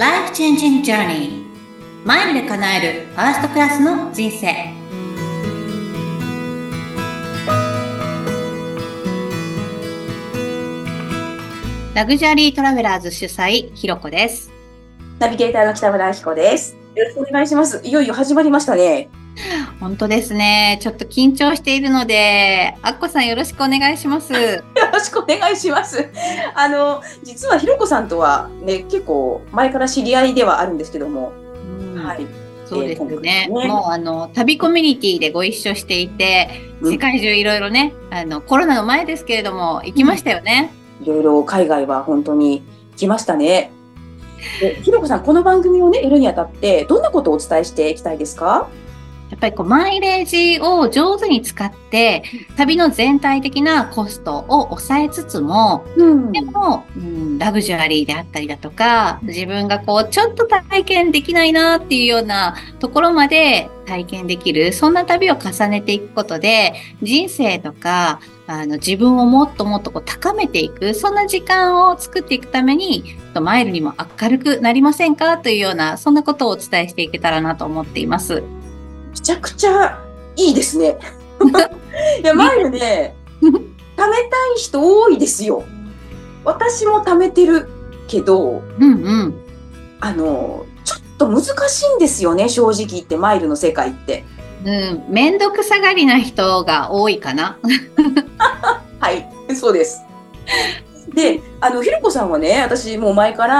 Life Changing Journey マイルで叶えるファーストクラスの人生。ラグジュアリートラベラーズ主催ひろこです。 ナビゲーターの北村明子です。よろしくお願いします。いよいよ始まりましたね。 本当ですね。ちょっと緊張しているので、あっこさんよろしくお願いします。よろしくお願いします。実はひろこさんとはね、結構前から知り合いではあるんですけども、 はい。そうですね。もう旅コミュニティでご一緒していて、世界中いろいろね、コロナの前ですけれども行きましたよね。 いろいろ海外は本当に来ましたね。ひろこさん、この番組をね、やるにあたってどんなことをお伝えしていきたいですか？ やっぱりマイレージを上手に使って旅の全体的なコストを抑えつつも、でも、ラグジュアリーであったりだとか、自分がちょっと体験できないなっていうようなところまで体験できる、そんな旅を重ねていくことで、人生とか自分をもっともっと高めていく、そんな時間を作っていくために、マイルにも明るくなりませんかというような、そんなことをお伝えしていけたらなと思っています。 めちゃくちゃいいですね。いや、マイルね、貯めたい人多いですよ。私も貯めてるけど、ちょっと難しいんですよね、正直言ってマイルの世界って。 めんどくさがりな人が多いかな。 はい、そうです。で、ひろこさんはね、私もう前から、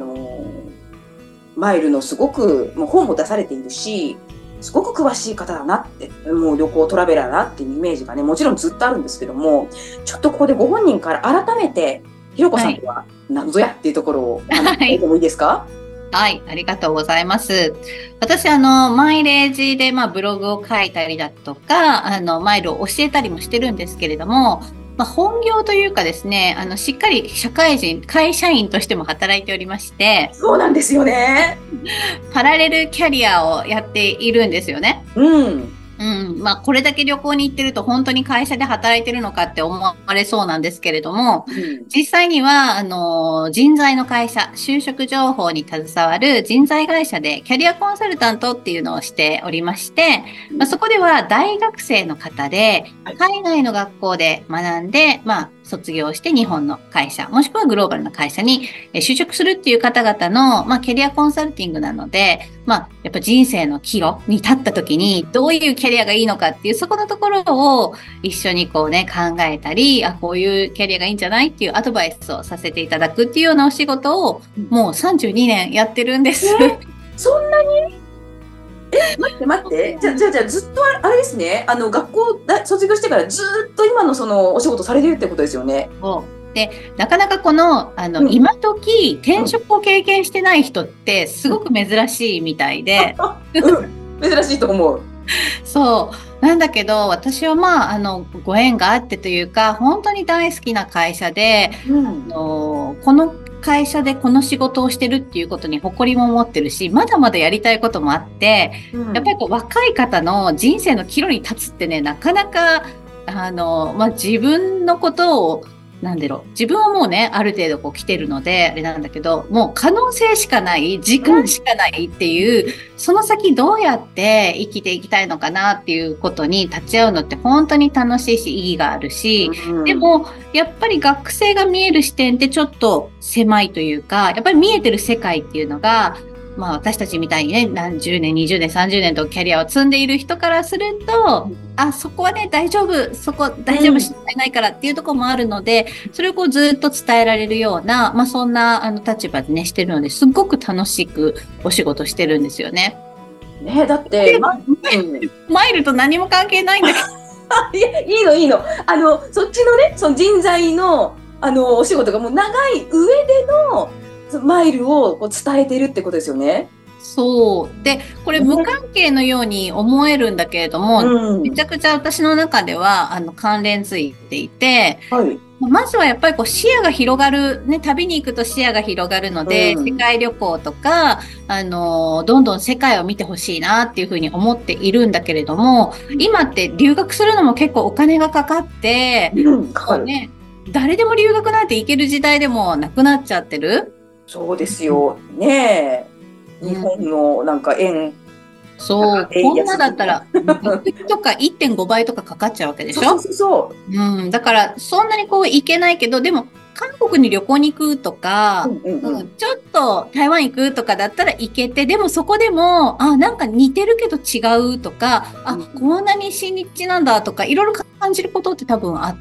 マイルのすごくもう本も出されているし、すごく詳しい方だなって、もう旅行トラベラーだなっていうイメージがね、もちろんずっとあるんですけども、ちょっとここでご本人から改めて、ひろこさんとは何ぞやっていうところを話してもいいですか？ はい、ありがとうございます。私、マイレージで、ブログを書いたりだとか、マイルを教えたりもしてるんですけれども、本業というかですね、しっかり社会人、会社員としても働いておりまして。 そうなんですよね。 パラレルキャリアをやっているんですよね。これだけ旅行に行ってると本当に会社で働いてるのかって思われそうなんですけれども、実際には、人材の会社、就職情報に携わる人材会社でキャリアコンサルタントっていうのをしておりまして、そこでは大学生の方で、海外の学校で学んで、卒業して日本の会社、もしくはグローバルな会社に就職するっていう方々の、キャリアコンサルティングなので、やっぱ人生の岐路に立った時にどういうキャリアがいいのかっていう、そこのところを一緒に考えたり、こういうキャリアがいいんじゃないっていうアドバイスをさせていただくっていうようなお仕事をもう32年やってるんです。 そんなに？待って。じゃあずっとあれですね。学校卒業してからずっと今のそのお仕事されてるってことですよね。 で、なかなか今時転職を経験してない人ってすごく珍しいみたいで。 珍しいと思う。 そう。なんだけど、私はご縁があってというか、本当に大好きな会社で、この会社でこの仕事をしてるっていうことに誇りも持ってるし、まだまだやりたいこともあって、やっぱり若い方の人生の岐路に立つってね、なかなか、自分のことを、自分はもうね、ある程度来てるので、あれなんだけど、もう可能性しかない、時間しかないっていう、その先どうやって生きていきたいのかなっていうことに立ち会うのって本当に楽しいし、意義があるし、でも、やっぱり学生が見える視点ってちょっと狭いというか、やっぱり見えてる世界っていうのが、私たちみたいにね、何十年、20年、30年とキャリアを積んでいる人からすると、そこはね、大丈夫、そこ大丈夫しないからっていうところもあるので、それをずっと伝えられるような、そんな立場でね、してるので、すごく楽しくお仕事してるんですよね。 ね、だって、 マイルと何も関係ないんだけど。 いや、いいの。そっちのね、その人材の、お仕事がもう長い上での、マイルを伝えてるってことですよね。 そう。で、これ無関係のように思えるんだけれども、めちゃくちゃ私の中では関連づいていて、まずはやっぱり視野が広がる、ね、旅に行くと視野が広がるので、世界旅行とか、どんどん世界を見てほしいなっていうふうに思っているんだけれども、今って留学するのも結構お金がかかって、誰でも留学なんて行ける時代でもなくなっちゃってる。 そうですよ。ねえ。日本のなんかそう、こんなだったら、学費とか1.5倍とかかかっちゃうわけでしょ？うん、だから、そんなにこう行けないけど、でも、韓国に旅行に行くとか、ちょっと台湾行くとかだったら行けて、でもそこでも、なんか似てるけど違うとか、こんなに親日なんだとか、いろいろ感じることって多分あって、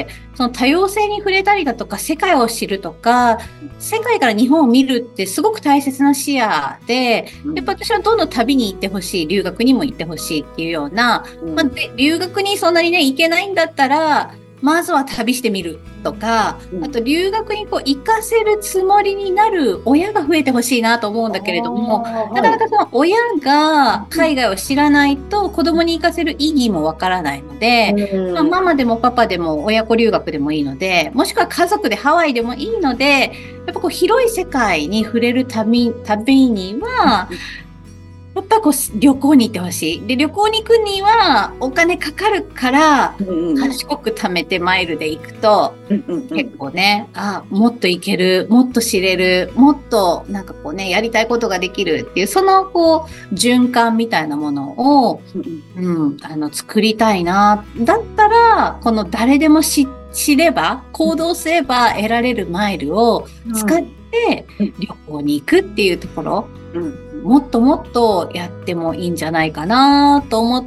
その多様性に触れたりだとか、世界を知るとか、世界から日本を見るってすごく大切な視野で、やっぱ私はどんどん旅に行ってほしい、留学にも行ってほしいっていうような、で留学にそんなにね、行けないんだったら、まずは旅してみるとか、あと留学にこう行かせるつもりになる親が増えてほしいなと思うんだけれども、なかなかその親が海外を知らないと子供に行かせる意義もわからないので、ママでもパパでも親子留学でもいいので、もしくは家族でハワイでもいいので、やっぱこう広い世界に触れるためには、やっぱこう旅行に行ってほしい。で、旅行に行くにはお金かかるから、賢く貯めてマイルで行くと、結構ね、もっと行ける、もっと知れる、もっとなんかこうね、やりたいことができるっていう、そのこう、循環みたいなものを、作りたいな。だったら、この誰でも知れば、行動すれば得られるマイルを使って旅行に行くっていうところ、もっともっとやってもいいんじゃないかなと思って、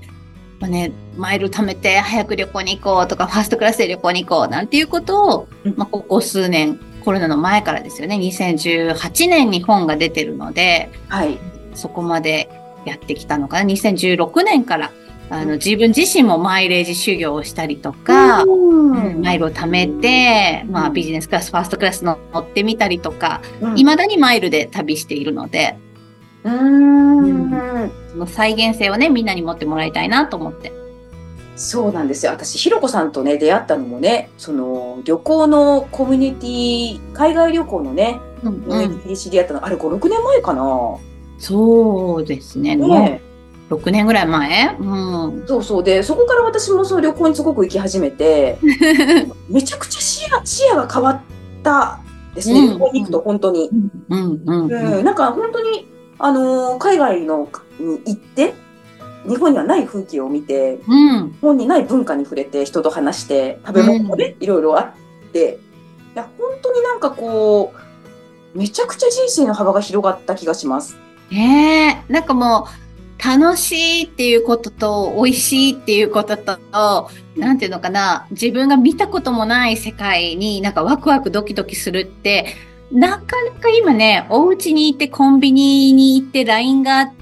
マイル貯めて早く旅行に行こうとか、ファーストクラスで旅行に行こうなんていうことを、ここ数年、コロナの前からですよね、2018年に本が出てるので、そこまでやってきたのかな。2016年から自分自身もマイレージ修行をしたりとか、マイルを貯めて、ビジネスクラス、ファーストクラス乗ってみたりとか、未だにマイルで旅しているので、その再現性をね、みんなに持ってもらいたいなと思って。 そうなんですよ。私、ひろこさんとね、出会ったのもね、その旅行のコミュニティ、海外旅行のね、コミュニティで知り合ったの、あれ5、6年前かな。 そうですね。6年ぐらい前、 そうそう。で、そこから私もその旅行にすごく行き始めて、めちゃくちゃ視野が変わったですね。旅行に行くと本当に。なんか本当に、海外のに行って、日本にはない風景を見て、日本にない文化に触れて、人と話して、食べ物もね、いろいろあって、いや、本当になんかこう、めちゃくちゃ人生の幅が広がった気がします。 なんかもう、楽しいっていうことと、美味しいっていうことと、なんていうのかな、自分が見たこともない世界になんかワクワクドキドキするって、なかなか今ね、お家に行ってコンビニに行って LINE があって、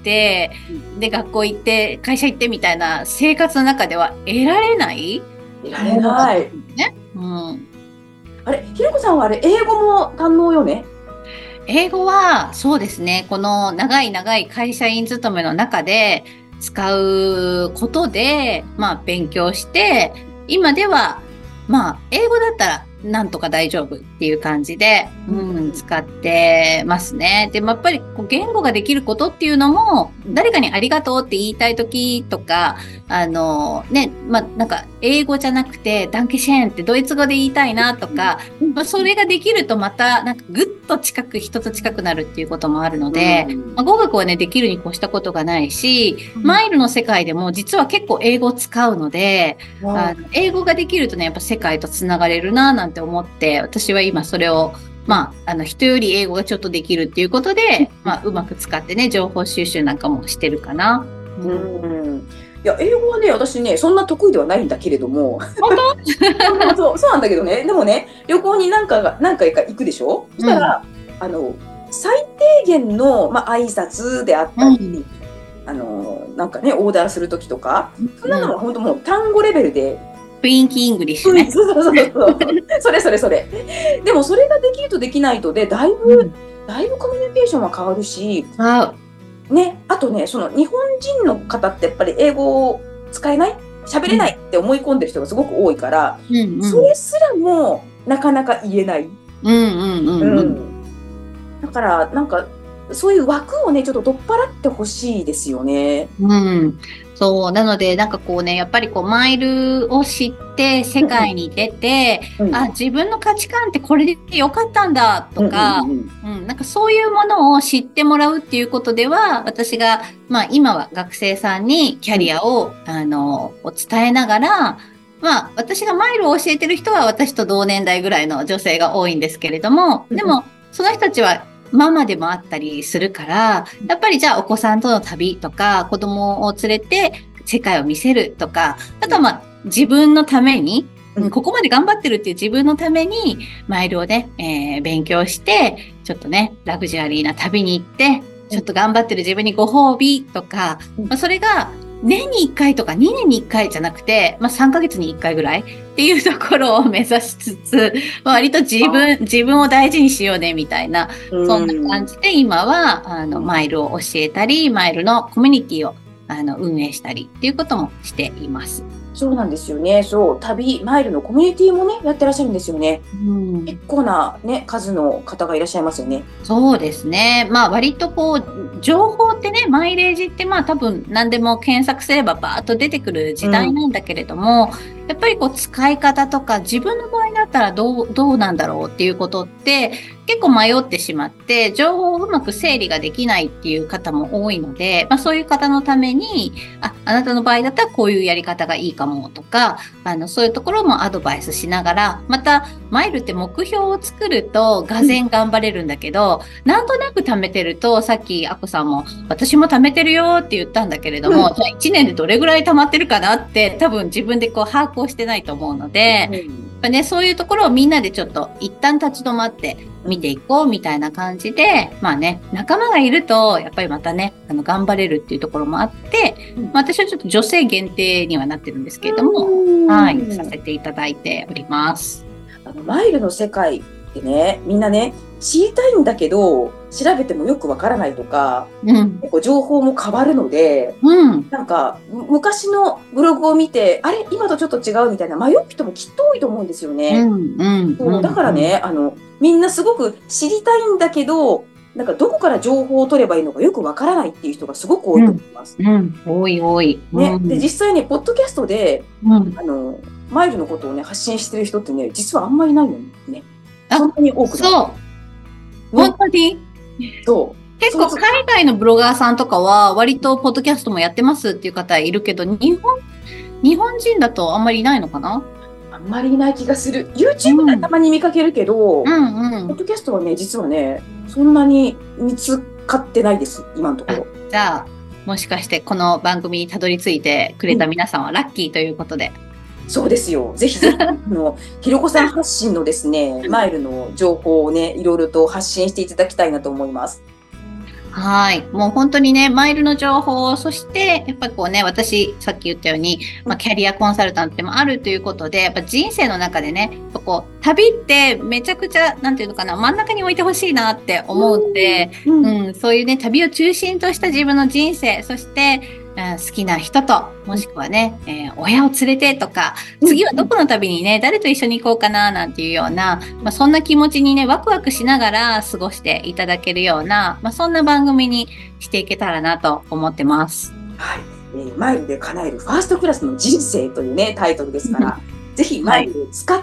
で、学校行って会社行ってみたいな生活の中では得られない？ 得られない。 ね。 あれ、ひろこさんはあれ、英語も堪能よね？ 英語は、そうですね、この長い会社員勤めの中で使うことで、勉強して、今では、英語だったらなんとか大丈夫っていう感じで、使ってますね。でもやっぱり言語ができることっていうのも、誰かにありがとうって言いたいときとか、なんか英語じゃなくて、ダンケシェーンってドイツ語で言いたいなとか、それができるとまた、なんかぐっと人と近くなるっていうこともあるので、語学はね、できるに越したことがないし、マイルの世界でも実は結構英語を使うので、英語ができるとね、やっぱ世界とつながれるななんて思って、私は今それを人より英語がちょっとできるっていうことで、うまく使ってね、情報収集なんかもしてるかな。 いや、英語はね、私ね、そんな得意ではないんだけれども。 本当そうなんだけどね。でもね、旅行に何回か行くでしょ？そしたら、最低限の、挨拶であったり、なんかね、オーダーするときとか、そんなのは本当もう単語レベルで、 雰囲気イングリッシュね。 それ。でもそれができるとできないとで、だいぶコミュニケーションは変わるし、ね、あとね、その日本人の方ってやっぱり英語を使えない、喋れないって思い込んでる人がすごく多いから、それすらもなかなか言えない。だからなんかそういう枠をね、ちょっと取っ払ってほしいですよね。 そう。なので、なんかこうね、やっぱりこう、マイルを知って世界に出て、あ、自分の価値観ってこれでよかったんだとか、なんかそういうものを知ってもらうっていうことでは、私が、まあ今は学生さんにキャリアを、お伝えながら、まあ私がマイルを教えてる人は私と同年代ぐらいの女性が多いんですけれども、でもその人たちはママでもあったりするから、やっぱりじゃあお子さんとの旅とか、子供を連れて世界を見せるとか、あとはまあ自分のために、ここまで頑張ってるっていう自分のために、マイルをね、勉強して、ちょっとね、ラグジュアリーな旅に行って、ちょっと頑張ってる自分にご褒美とか、まあ、それが年に1回とか2年に1回じゃなくて、まあ3ヶ月に1回ぐらいっていうところを目指しつつ、割と自分を大事にしようねみたいな、そんな感じで今は、マイルを教えたり、マイルのコミュニティを運営したりっていうこともしています。 そうなんですよね。そう、旅、マイルのコミュニティもね、やってらっしゃるんですよね。結構なね、数の方がいらっしゃいますよね。 そうですね。まあ割とこう、情報ってね、マイレージってまあ多分何でも検索すればバーッと出てくる時代なんだけれども、やっぱりこう使い方とか自分の場合だったらどうなんだろうっていうことって結構迷ってしまって、情報をうまく整理ができないっていう方も多いので、まあそういう方のために、あなたの場合だったらこういうやり方がいいかもとか、そういうところもアドバイスしながら、またマイルって目標を作るとがぜん頑張れるんだけど、なんとなく貯めてると、さっきアコさんも私も貯めてるよって言ったんだけれども、じゃあ1年でどれぐらい貯まってるかなって多分自分でこう把握をしてないと思うので、ね、そういうところをみんなでちょっと一旦立ち止まって見ていこうみたいな感じで、まあね、仲間がいるとやっぱりまたね、頑張れるっていうところもあって、私はちょっと女性限定にはなってるんですけれども、はい、させていただいております。 マイルの世界ってね、みんなね、知りたいんだけど、調べてもよくわからないとか、結構情報も変わるので、なんか、昔のブログを見て、あれ今とちょっと違うみたいな迷う人もきっと多いと思うんですよね。だからね、みんなすごく知りたいんだけど、なんかどこから情報を取ればいいのかよくわからないっていう人がすごく多いと思います。 多い。 ね、で、実際ね、ポッドキャストで、マイルのことをね、発信してる人ってね、実はあんまりないのね。そんなに多くない。 そう。本当に？そう。結構海外のブロガーさんとかは、割とポッドキャストもやってますっていう方いるけど、日本人だとあんまりいないのかな？ あんまりいない気がする。YouTube でたまに見かけるけど、ポッドキャストはね、実はね、そんなに見つかってないです、今のところ。 じゃあ、もしかしてこの番組にたどり着いてくれた皆さんはラッキーということで。 そうですよ。ぜひぜひ、ひろこさん発信のですね、マイルの情報をね、いろいろと発信していただきたいなと思います。 はい。もう本当にね、マイルの情報、そして、やっぱりこうね、私、さっき言ったように、キャリアコンサルタントでもあるということで、やっぱ人生の中でね、こう、旅ってめちゃくちゃ、なんていうのかな、真ん中に置いてほしいなって思うので、そういうね、旅を中心とした自分の人生、そして、好きな人と、もしくはね、親を連れてとか、次はどこの旅にね、誰と一緒に行こうかな、なんていうような、そんな気持ちにね、ワクワクしながら過ごしていただけるような、そんな番組にしていけたらなと思ってます。 はい。マイルで叶えるファーストクラスの人生というね、タイトルですから、ぜひマイルを使って、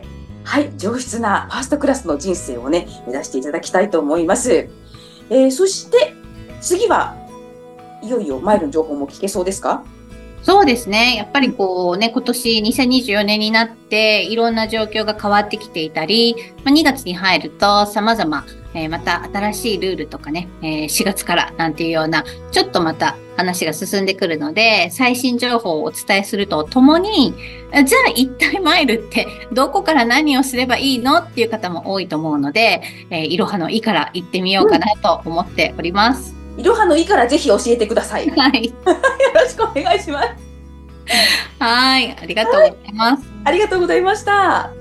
はい、上質なファーストクラスの人生をね、目指していただきたいと思います。そして、次はいよいよマイルの情報も聞けそうですか？ そうですね。やっぱりこうね、今年2024年になっていろんな状況が変わってきていたり、2月に入ると様々、また新しいルールとかね、4月からなんていうような、ちょっとまた話が進んでくるので、最新情報をお伝えするとともに、じゃあ一体マイルってどこから何をすればいいのっていう方も多いと思うので、いろはのいから行ってみようかなと思っております。 いろはのいからぜひ教えてください。 はい。よろしくお願いします。 はい。ありがとうございます。 ありがとうございました。